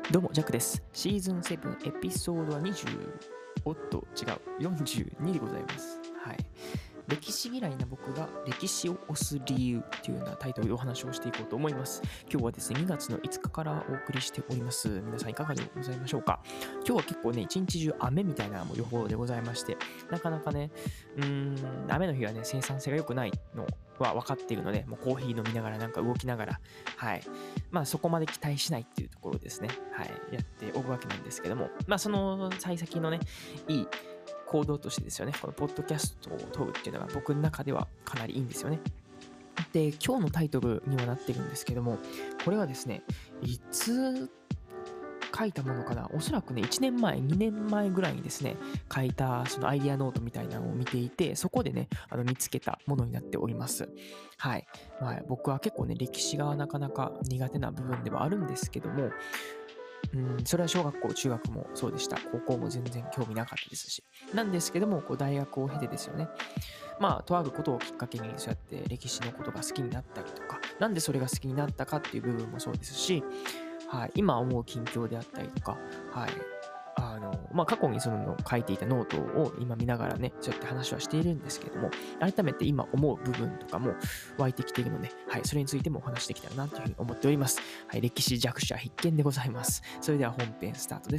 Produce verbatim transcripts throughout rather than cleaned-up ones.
どうも、ジャックです。シーズンななエピソードはにじゅう、おっと、違う、よんじゅうにでございます。はい。歴史嫌いな僕が歴史を推す理由というようなタイトルでお話をしていこうと思います。今日はですね、にがつのいつかからお送りしております。皆さんいかがでございましょうか。今日は結構ね、一日中雨みたいな予報でございまして、なかなかね、うーん、雨の日はね、生産性が良くないのは分かっているので、もうコーヒー飲みながらなんか動きながら、はい。まあそこまで期待しないっていうところですね。はい。やっておくわけなんですけども、まあその幸先のね、いい行動としてですよね、このポッドキャストを撮るっていうのが僕の中ではかなりいいんですよね。で、今日のタイトルにはなってるんですけども、これはですね、いつ書いたものかな、おそらくね、いちねんまえ、にねんまえぐらいにですね、書いたそのアイディアノートみたいなのを見ていて、そこでね、あの見つけたものになっております。はい。まあ、僕は結構ね、歴史がなかなか苦手な部分ではあるんですけども、うん、それは小学校、中学もそうでした。高校も全然興味なかったですし。なんですけども、こう大学を経てですよね。まあ、とあることをきっかけに、そうやって歴史のことが好きになったりとか、なんでそれが好きになったかっていう部分もそうですし、はい、今思う近況であったりとか、はい、あの、まあ、過去にその書いていたノートを今見ながらね、そうやって話はしているんですけども、改めて今思う部分とかも湧いてきているので、はい、それについてもお話しできたらなというふうに思っております。はい、歴史弱者必見でございます。それでは本編スタートです。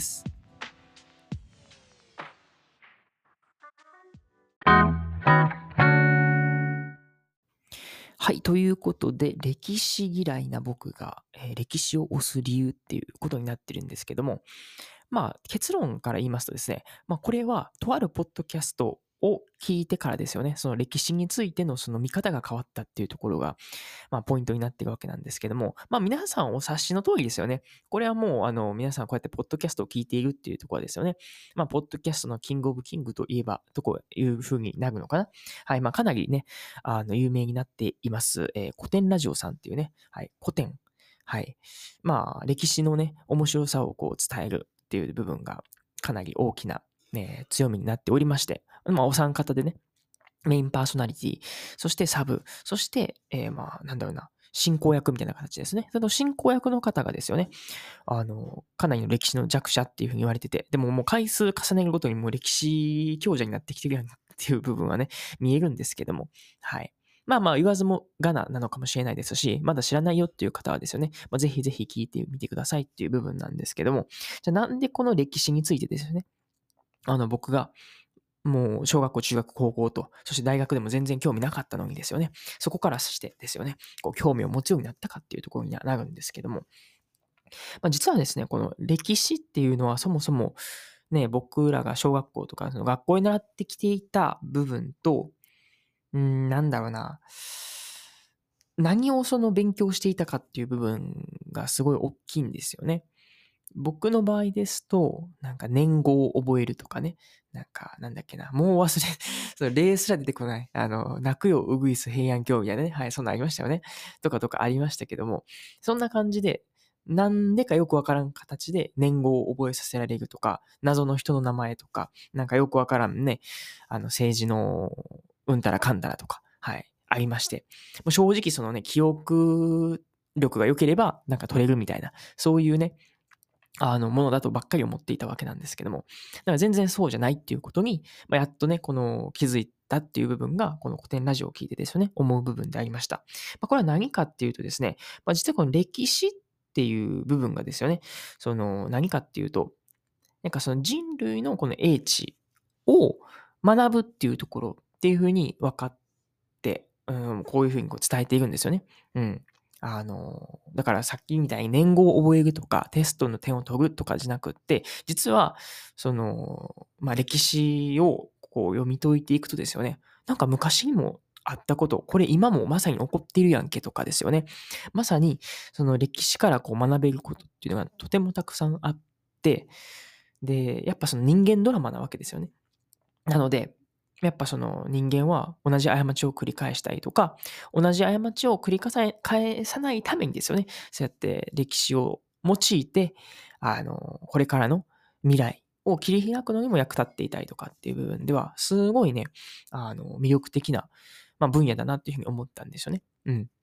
はい。ということで、歴史嫌いな僕が、えー歴史を推す理由っていうことになってるんですけども、まあ、結論から言いますとですね、まあ、これは、とあるポッドキャストを聞いてからですよね。その歴史についてのその見方が変わったっていうところが、まあ、ポイントになってるわけなんですけども、まあ、皆さんお察しの通りですよね。これはもう、あの、皆さんこうやってポッドキャストを聞いているっていうところですよね。まあ、ポッドキャストのキングオブキングといえば、どこいう風になるのかな。はい。まあ、かなりね、あの、有名になっています。えー古典ラジオさんっていうね、はい。古典。はい。まあ、歴史のね、面白さをこう伝えるっていう部分がかなり大きな、ね、強みになっておりまして、まあ、お三方でね、メインパーソナリティ、そしてサブ、そして、えー、まあ、なんだろうな、進行役みたいな形ですね。その進行役の方がですよね、あの、かなりの歴史の弱者っていうふうに言われてて、でももう回数重ねるごとにもう歴史強者になってきてるやんっていう部分はね、見えるんですけども、はい。まあまあ言わずもがななのかもしれないですし、まだ知らないよっていう方はですよね、まあ、ぜひぜひ聞いてみてくださいっていう部分なんですけども、じゃあなんでこの歴史についてですよね、あの僕がもう小学校、中学、高校と、そして大学でも全然興味なかったのにですよね。そこからしてですよね、こう興味を持つようになったかっていうところになるんですけども、まあ、実はですね、この歴史っていうのはそもそもね、僕らが小学校とかその学校に習ってきていた部分と、うーん、なんだろうな、何をその勉強していたかっていう部分がすごい大きいんですよね。僕の場合ですと、なんか年号を覚えるとかね。なんか、なんだっけな。もう忘れ、その例すら出てこない。あの、泣くよ、ウグイス平安京みたいなね。はい、そんなんありましたよね。とかとかありましたけども、そんな感じで、なんでかよくわからん形で年号を覚えさせられるとか、謎の人の名前とか、なんかよくわからんね、あの、政治のうんたらかんたらとか、はい、ありまして。もう正直そのね、記憶力が良ければ、なんか取れるみたいな、そういうね、あの、ものだとばっかり思っていたわけなんですけども。だから全然そうじゃないっていうことに、まあ、やっとね、この気づいたっていう部分が、この古典ラジオを聞いてですよね、思う部分でありました。まあ、これは何かっていうとですね、まあ、実はこの歴史っていう部分がですよね、その何かっていうと、なんかその人類のこの英知を学ぶっていうところっていうふうに分かって、うん、こういうふうにこう伝えているんですよね。うん。あの、だからさっきみたいに年号を覚えるとか、テストの点を取るとかじゃなくって、実は、その、まあ、歴史をこう読み解いていくとですよね、なんか昔にもあったこと、これ今もまさに起こっているやんけとかですよね。まさに、その歴史からこう学べることっていうのがとてもたくさんあって、で、やっぱその人間ドラマなわけですよね。なので、やっぱその人間は同じ過ちを繰り返したりとか、同じ過ちを繰り返さ返さないためにですよね、そうやって歴史を用いて、あの、これからの未来を切り開くのにも役立っていたりとかっていう部分では、すごいね、あの、魅力的な、まあ、分野だなっていうふうに思ったんですよね。うん。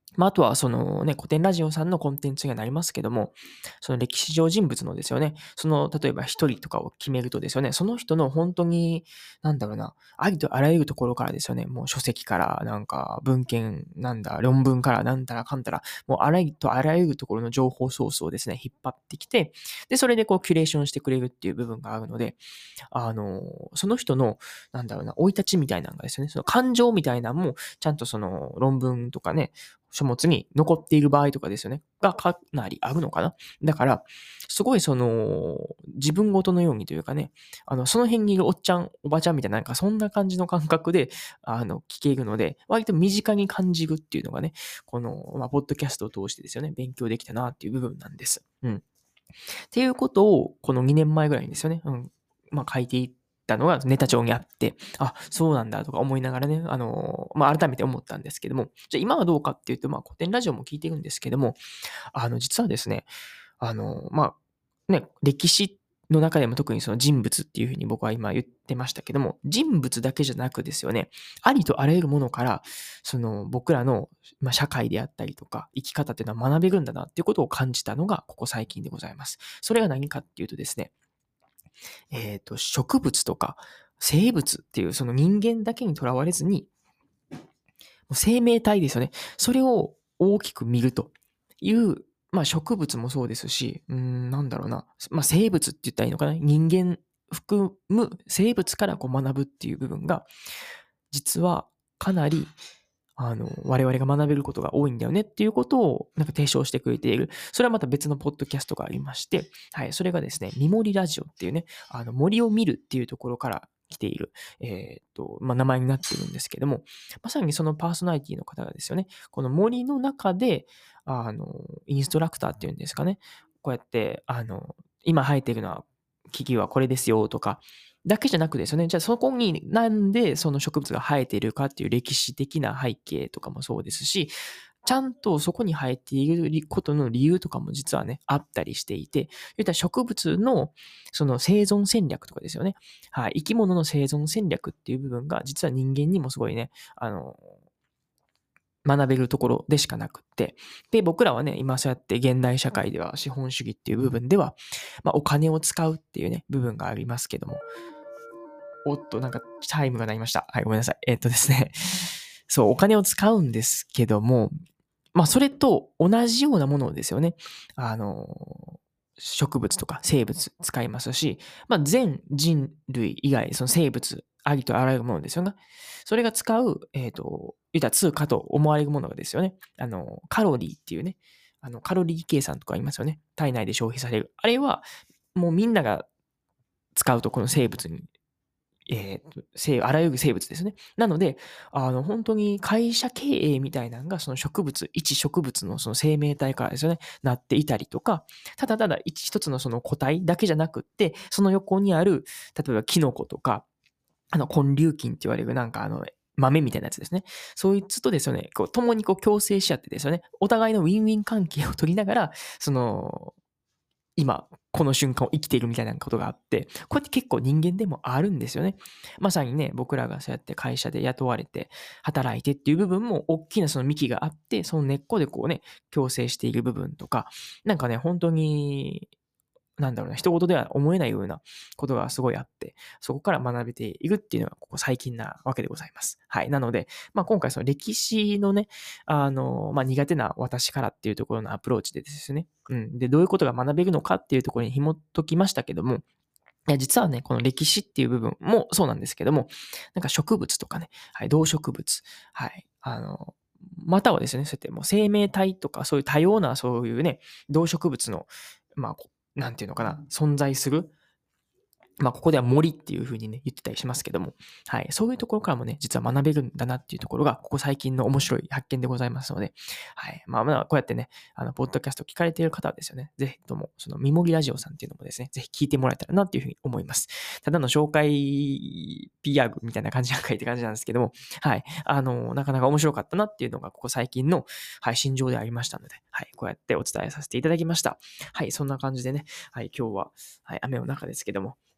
まあ、あとはそのね、古典ラジオさんのコンテンツにはなりますけども、その歴史上人物のですよね、その例えば一人とかを決めるとですよね、その人の本当に、なんだろうな、ありとあらゆるところからですよね、もう書籍からなんか文献、なんだ、論文からなんたらかんたら、もうあらゆるとあらゆるところの情報ソースをですね、引っ張ってきて、で、それでこうキュレーションしてくれるっていう部分があるので、あの、その人の、なんだろうな、生い立ちみたいなのがですね、その感情みたいなのも、ちゃんとその論文とかね、書物に残っている場合とかですよね、がかなりあるのかな。だから、すごいその、自分ごとのようにというかね、あの、その辺にいるおっちゃん、おばちゃんみたいな、なんかそんな感じの感覚で、あの、聞けるので、割と身近に感じるっていうのがね、この、まあ、ポッドキャストを通してですよね、勉強できたなっていう部分なんです。うん。っていうことを、このにねんまえぐらいにですよね、うん、まあ、書いていったのがネタ帳にあって、あ、そうなんだとか思いながらね、あの、まあ、改めて思ったんですけども、じゃあ今はどうかっていうと、まあ、古典ラジオも聞いてるんですけども、あの、実はですね、あの、まあ、ね、歴史の中でも特にその人物っていうふうに僕は今言ってましたけども、人物だけじゃなくですよね、ありとあらゆるものから、その僕らの、まあ、社会であったりとか、生き方っていうのは学べるんだなっていうことを感じたのが、ここ最近でございます。それが何かっていうとですね、えっと、植物とか生物っていうその人間だけにとらわれずに、もう生命体ですよね。それを大きく見るという、まあ植物もそうですし、うーん、なんだろうな。まあ生物って言ったらいいのかな。人間含む生物からこう学ぶっていう部分が、実はかなり、あの、我々が学べることが多いんだよねっていうことをなんか提唱してくれている。それはまた別のポッドキャストがありまして、はい、それがですね、見森ラジオっていうね、あの森を見るっていうところから来ている、えーっと、まあ、名前になっているんですけども、まさにそのパーソナリティの方がですよね、この森の中で、あの、インストラクターっていうんですかね、こうやって、あの、今生えているのは、木々はこれですよとか、だけじゃなくですよね、じゃあそこになんでその植物が生えているかっていう歴史的な背景とかもそうですし、ちゃんとそこに生えていることの理由とかも実はね、あったりしていて、そういった植物のその生存戦略とかですよね。はい。生き物の生存戦略っていう部分が実は人間にもすごいね、あの、学べるところでしかなくって。で、僕らはね、今そうやって現代社会では資本主義っていう部分では、まあお金を使うっていうね、部分がありますけども、おっと、なんかチャイムが鳴りました。はい、ごめんなさい。えっとですね。そう、お金を使うんですけども、まあ、それと同じようなものをですよね。あの、植物とか生物使いますし、まあ、全人類以外、その生物、ありとあらゆるものですよね。それが使う、えっと、言ったら通貨と思われるものがですよね。あの、カロリーっていうね、あの、カロリー計算とかありますよね。体内で消費される。あれは、もうみんなが使うとこの生物にえっと、生あらゆる生物ですね。なので、あの、本当に会社経営みたいなのが、その植物、一植物のその生命体からですよね、なっていたりとか、ただただ一一つのその個体だけじゃなくって、その横にある、例えばキノコとか、あの、根粒菌って言われるなんかあの、豆みたいなやつですね。そいつとですよね、こう、共にこう共生し合ってですよね、お互いのウィンウィン関係を取りながら、その、今、この瞬間を生きているみたいなことがあって、こうやって結構人間でもあるんですよね。まさにね、僕らがそうやって会社で雇われて、働いてっていう部分も大きなその幹があって、その根っこでこうね、共生している部分とか、なんかね、本当になんだろうな、人事では思えないようなことがすごいあって、そこから学べているっていうのが、ここ最近なわけでございます。はい。なので、まあ今回その歴史のね、あの、まあ苦手な私からっていうところのアプローチでですね、うん。で、どういうことが学べるのかっていうところに紐解きましたけども、いや、実はね、この歴史っていう部分もそうなんですけども、なんか植物とかね、はい、動植物、はい、あの、またはですね、そうやってもう生命体とかそういう多様なそういうね、動植物の、まあ、こなんていうのかな、存在するまあ、ここでは森っていう風にね、言ってたりしますけども、はい。そういうところからもね、実は学べるんだなっていうところが、ここ最近の面白い発見でございますので、はい。まあ、まあ、こうやってね、あの、ポッドキャスト聞かれている方はですよね、ぜひとも、その、ミモリラジオさんっていうのもですね、ぜひ聞いてもらえたらなっていう風に思います。ただの紹介 ピーアール みたいな感じなんかいって感じなんですけども、はい。あの、なかなか面白かったなっていうのが、ここ最近の配信上でありましたので、はい。こうやってお伝えさせていただきました。はい。そんな感じでね、はい。今日は、はい。雨の中ですけども、うん。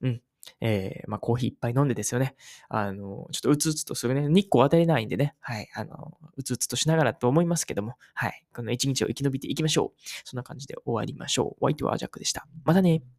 えー、まあ、コーヒーいっぱい飲んでですよね。あの、ちょっとうつうつとするね、日光当たれないんでね、はい、あの、うつうつとしながらと思いますけども、はい、この一日を生き延びていきましょう。そんな感じで終わりましょう。お相手はジャックでした。またね。